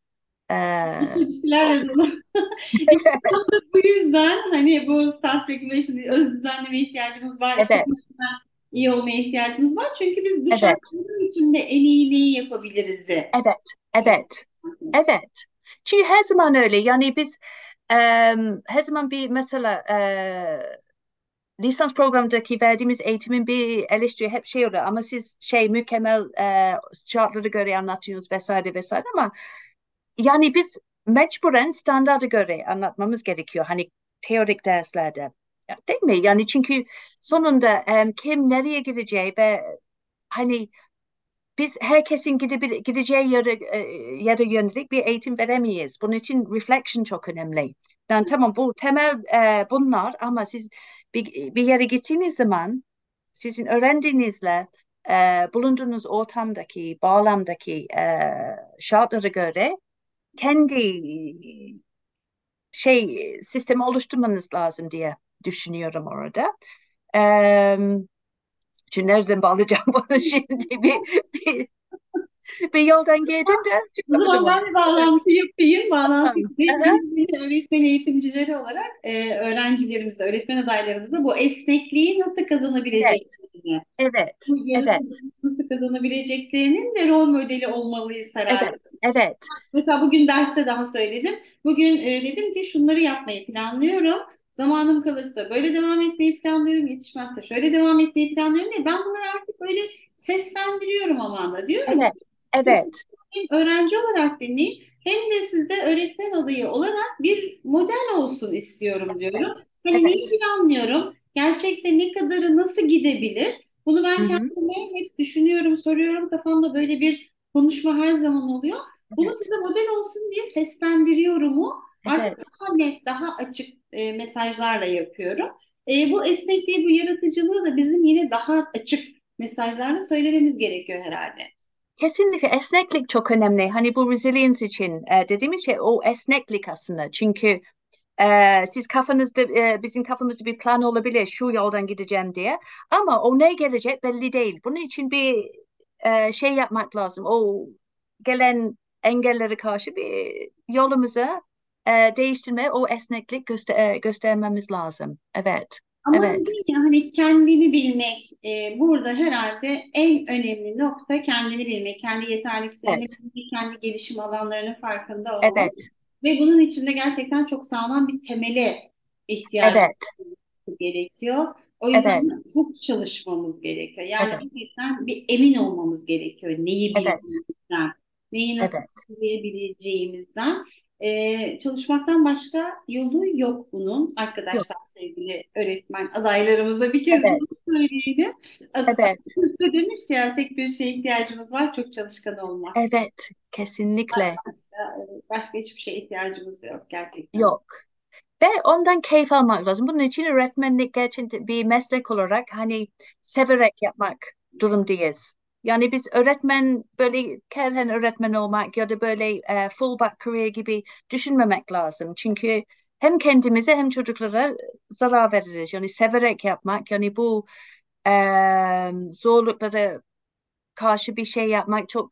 Bu Ee, çelişkiler o- yazılı. İşte tam da bu yüzden hani bu self-regulation, öz düzenleme ihtiyacımız var. İşte Evet, iyi olmaya ihtiyacımız var. Çünkü biz bu Evet, şartların içinde en iyiliği yapabiliriz'i. evet, evet, evet. Çünkü her zaman öyle. Yani biz em, her zaman bir mesela lisans programındaki verdiğimiz eğitimin bir eleştiri hep şey oluyor ama siz şey mükemmel e, şartlara göre anlatıyorsunuz vesaire vesaire ama yani biz mecburen standarda göre anlatmamız gerekiyor hani teorik derslerde. Ya, değil mi? Yani çünkü sonunda em, kim nereye gideceği ve hani biz herkesin gidebil- gideceği yere, e, yere yönelik bir eğitim veremeyiz. Bunun için reflection çok önemli. Yani tamam bu temel e, bunlar ama siz bir, bir yere gittiğiniz zaman sizin öğrendiğinizle e, bulunduğunuz ortamdaki, bağlamdaki e, şartlara göre kendi şey sistemi oluşturmanız lazım diye düşünüyorum orada. E, Şimdi nereden bağlayacağım bunu şimdi bir, bir, bir yoldan geldim de O zaman çıkamadım ben onu. bir Evet, bağlantı yapayım. Bağlantı tamam. yapayım. Aha, Biz yine öğretmen eğitimcileri olarak e, öğrencilerimize, öğretmen adaylarımıza bu esnekliği nasıl evet, kazanabileceklerini, evet, bu evet, yaratıcılığı nasıl kazanabileceklerinin de rol modeli olmalıyız herhalde. evet, evet. Mesela bugün derste daha söyledim. Bugün e, dedim ki şunları yapmayı planlıyorum. Zamanım kalırsa böyle devam etmeyi planlıyorum. Yetişmezse şöyle devam etmeyi planlıyorum diye. Ben bunları artık böyle seslendiriyorum Amanda. Diyorum ki Evet, evet, hem öğrenci olarak dinleyin hem de sizde öğretmen adayı olarak bir model olsun istiyorum diyorum. evet, Hani neyi evet. planlıyorum? Gerçekte ne kadarı nasıl gidebilir? Bunu Hı ben hı, kendime hep düşünüyorum, soruyorum. Kafamda böyle bir konuşma her zaman oluyor. Bunu evet, size model olsun diye seslendiriyorumu artık evet. daha net, daha açık e, mesajlarla yapıyorum. E, bu esnekliği, bu yaratıcılığı da bizim yine daha açık mesajlarla söylememiz gerekiyor herhalde. Kesinlikle esneklik çok önemli. Hani bu resilience için e, dediğimiz şey o esneklik aslında. Çünkü e, siz kafanızda e, bizim kafamızda bir plan olabilir şu yoldan gideceğim diye. Ama o ne gelecek belli değil. Bunun için bir e, şey yapmak lazım. O gelen engelleri karşı bir yolumuzu e, değiştirme, o esneklik göster e, göstermemiz lazım. Evet, Ama evet, dedin ya hani kendini bilmek e, burada herhalde en önemli nokta kendini bilmek, kendi yeterliliklerini evet, bilmek, kendi gelişim alanlarının farkında olmak evet, ve bunun içinde gerçekten çok sağlam bir temele ihtiyacımız evet, gerekiyor. O yüzden evet, de çok çalışmamız gerekiyor. Yani o evet, yüzden bir emin olmamız gerekiyor neyi evet, bildiğimizden, neyi nasıl evet. yapabileceğimizden. Ee, çalışmaktan başka yolu yok bunun. Yok. Arkadaşlar, sevgili öğretmen adaylarımıza bir kez bunu Evet, söyleyelim. Ad- evet, Atatürk de demiş ya tek bir şeye ihtiyacımız var, çok çalışkan olmak. evet, kesinlikle Başka, başka hiçbir şeye ihtiyacımız yok gerçekten. yok. Ve ondan keyif almak lazım. Bunun için öğretmenlik gerçekten bir meslek olarak hani severek yapmak durumdayız. Yani biz öğretmen böyle kerhen öğretmen olmak ya da böyle e, full back career gibi düşünmemek lazım. Çünkü hem kendimize hem çocuklara zarar veririz. Yani severek yapmak yani bu e, zorluklara karşı bir şey yapmak çok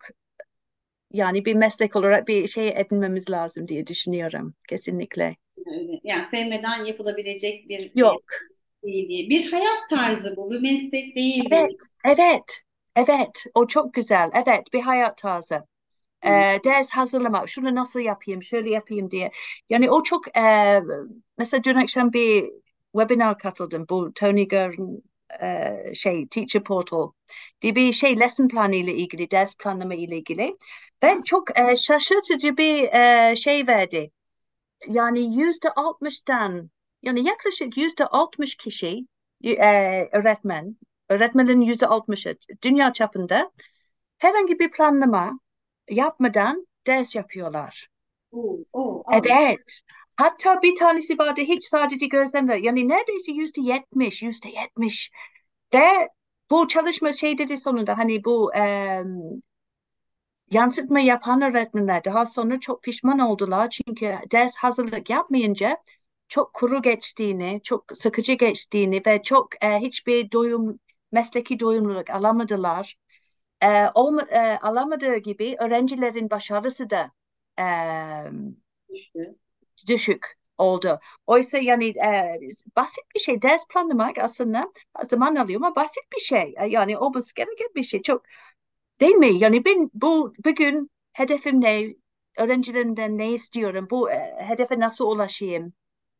yani bir meslek olarak bir şey edinmemiz lazım diye düşünüyorum. Kesinlikle. Öyle. Yani sevmeden yapılabilecek bir e, Yok. değil diye. Bir hayat tarzı bu, bir meslek değil Evet, diye. evet, evet. O çok güzel. Evet, bir hayat tarzı. Ee, ders hazırlamak, şunu nasıl yapayım, şöyle yapayım diye. Yani o çok, e, mesela dün akşam bir webinar katıldım. Bu Tony Gurr'ın e, şey, Teacher Portal diye bir şey, lesson planı ile ilgili, ders planlama ile ilgili. Ve çok e, şaşırtıcı bir e, şey verdi. Yani yüzde altmıştan yani yaklaşık yüzde altmış kişi e, öğretmen, öğretmenin yüzde altmışı dünya çapında herhangi bir planlama yapmadan ders yapıyorlar. Oo, oo, Allah. Evet. Hatta bir tanesi vardı hiç sadece gözlemle yani neredeyse yüzde yetmiş, yüzde yetmiş ve bu çalışma şey dedi sonunda hani bu yansıtma yapan öğretmenler daha sonra çok pişman oldular. Çünkü ders hazırlık yapmayınca çok kuru geçtiğini, çok sıkıcı geçtiğini ve çok e, hiçbir doyum, mesleki doyumluluk alamadılar. E, olma, e, alamadığı gibi öğrencilerin başarısı da e, Düştü. düşük. oldu. Oysa yani e, basit bir şey ders planlamak aslında zaman alıyor ama basit bir şey. E, Yani olması gereken bir şey. Çok değil mi? Yani ben bu bugün hedefim ne? Öğrencilerimden ne istiyorum? Bu e, hedefe nasıl ulaşayım?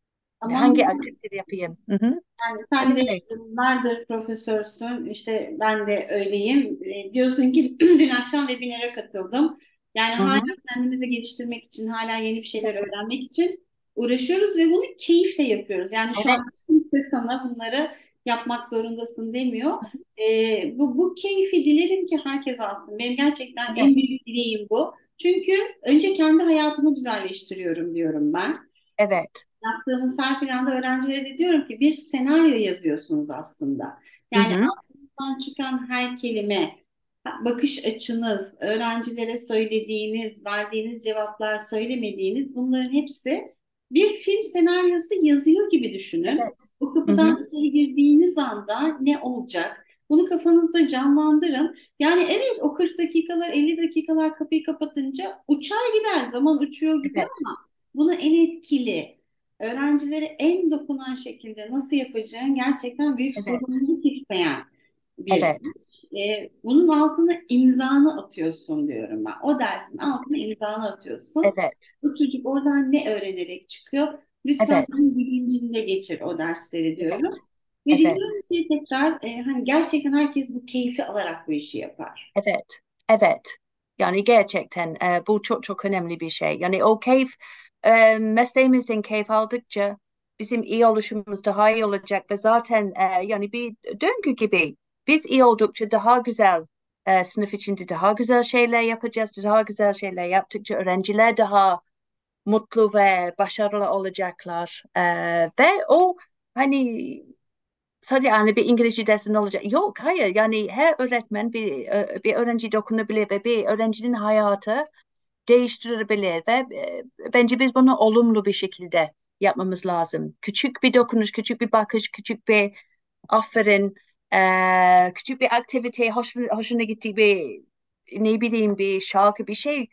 Ama Hangi aktivite yapayım? Hı hı. yani sen de Önemli. yıllardır profesörsün, işte ben de öyleyim. E, diyorsun ki dün akşam webinara katıldım. Yani Hı hala hı. kendimizi geliştirmek için, hala yeni bir şeyler Evet. öğrenmek için uğraşıyoruz ve bunu keyifle yapıyoruz. Yani şu an Evet. kimse sana bunları yapmak zorundasın demiyor. Hı hı. E, bu, bu keyfi dilerim ki herkes alsın. Benim gerçekten en Evet. büyük dileğim bu. Çünkü önce kendi hayatımı güzelleştiriyorum diyorum ben. Evet. Yaptığımız her planda öğrencilere de diyorum ki bir senaryo yazıyorsunuz aslında. Hı Yani hı. ağzınızdan çıkan her kelime, bakış açınız, öğrencilere söylediğiniz, verdiğiniz cevaplar, söylemediğiniz bunların hepsi bir film senaryosu yazıyor gibi düşünün. Evet. O Hı hı. kapıdan içeri girdiğiniz anda ne olacak? Bunu kafanızda canlandırın. Yani evet o kırk dakikalar, elli dakikalar kapıyı kapatınca uçar gider, zaman uçuyor gidiyor Evet. ama bunu en etkili, öğrencileri en dokunan şekilde nasıl yapacağın gerçekten büyük Evet. sorumluluk isteyen bir Evet. iş. E, bunun altına imzanı atıyorsun diyorum ben. O dersin altına imzanı atıyorsun. Evet. Bu çocuk oradan ne öğrenerek çıkıyor? Lütfen Evet. bunun bilincinde geçir o dersleri Evet. diyorum. Ve Evet. diliyorum ki tekrar e, hani gerçekten herkes bu keyfi alarak bu işi yapar. Evet. Evet. Yani gerçekten e, bu çok çok önemli bir şey. Yani o keyif e, mesleğimizden keyif aldıkça bizim iyi oluşumuz daha iyi olacak ve zaten e, yani bir döngü gibi biz iyi oldukça daha güzel e, sınıf içinde daha güzel şeyler yapacağız. Daha güzel şeyler yaptıkça öğrenciler daha mutlu ve başarılı olacaklar. E, ve o hani sadece yani bir İngilizce dersi ne olacak? Yok, hayır. Yani her öğretmen bir e, bir öğrenci dokunabilir ve bir öğrencinin hayatı değiştirebilir ve e, bence biz bunu olumlu bir şekilde yapmamız lazım. Küçük bir dokunuş, küçük bir bakış, küçük bir aferin, e, küçük bir aktivite, hoşuna, hoşuna gittiği bir ne bileyim bir şarkı, bir şey.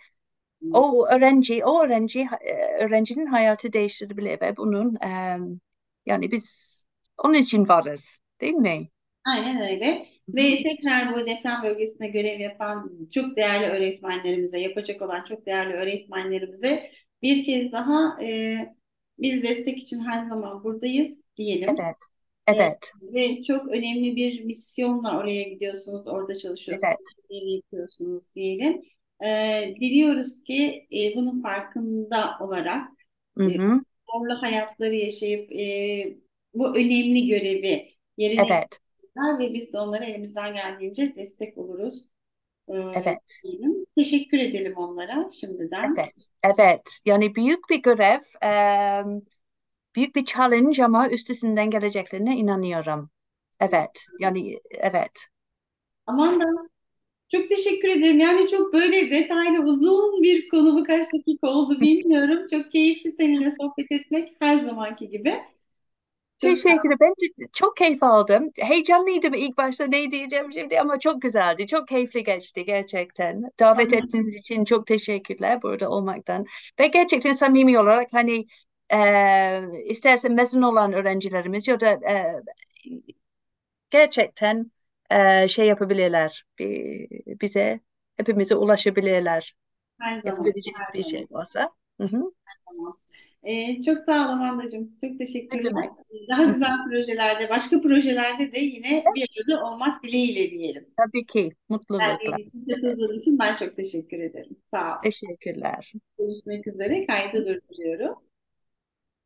O öğrenci, o öğrenci, e, öğrencinin hayatı değiştirebilir ve bunun e, yani biz onun için varız, değil mi? Aynen öyle. Hı hı. Ve tekrar bu deprem bölgesinde görev yapan çok değerli öğretmenlerimize, yapacak olan çok değerli öğretmenlerimize bir kez daha e, biz destek için her zaman buradayız diyelim. Evet, E, evet, ve çok önemli bir misyonla oraya gidiyorsunuz, orada evet. çalışıyorsunuz, bir yapıyorsunuz diyelim. E, diliyoruz ki e, bunun farkında olarak Hı e, hı. zorlu hayatları yaşayıp e, bu önemli görevi yerine Evet, getirsinler ve biz de onlara elimizden geldiğince destek oluruz. E, evet, diyelim. Teşekkür edelim onlara şimdiden. evet, evet. Yani büyük bir görev, e, büyük bir challenge ama üstesinden geleceklerine inanıyorum. Evet, yani evet. Amanda, çok teşekkür ederim. Yani çok böyle detaylı, uzun bir konu, bu kaç dakika oldu bilmiyorum. Çok keyifli seninle sohbet etmek her zamanki gibi. Çok sağ Teşekkür ederim. Ben de çok keyif aldım. Heyecanlıydım ilk başta ne diyeceğim şimdi ama çok güzeldi. Çok keyifli geçti gerçekten. Davet olun. ettiğiniz için çok teşekkürler burada olmaktan. Ve gerçekten samimi olarak hani e, isterse mezun olan öğrencilerimiz ya da e, gerçekten e, şey yapabilirler. Bi- bize, hepimize ulaşabilirler. Her zaman, Yapabileceğiniz her bir şey zaman. varsa. Hı hı. Tamam. Ee, çok sağ ol Amandacığım. Çok Ne teşekkürler. demek? Daha Hı güzel hı. projelerde, başka projelerde de yine bir Evet, arada olmak dileğiyle diyelim. tabii ki mutlulukla. Geldiğin için, Evet, katıldığın için ben çok teşekkür ederim. Sağ ol. teşekkürler. Görüşmek üzere. Kaydı durduruyorum.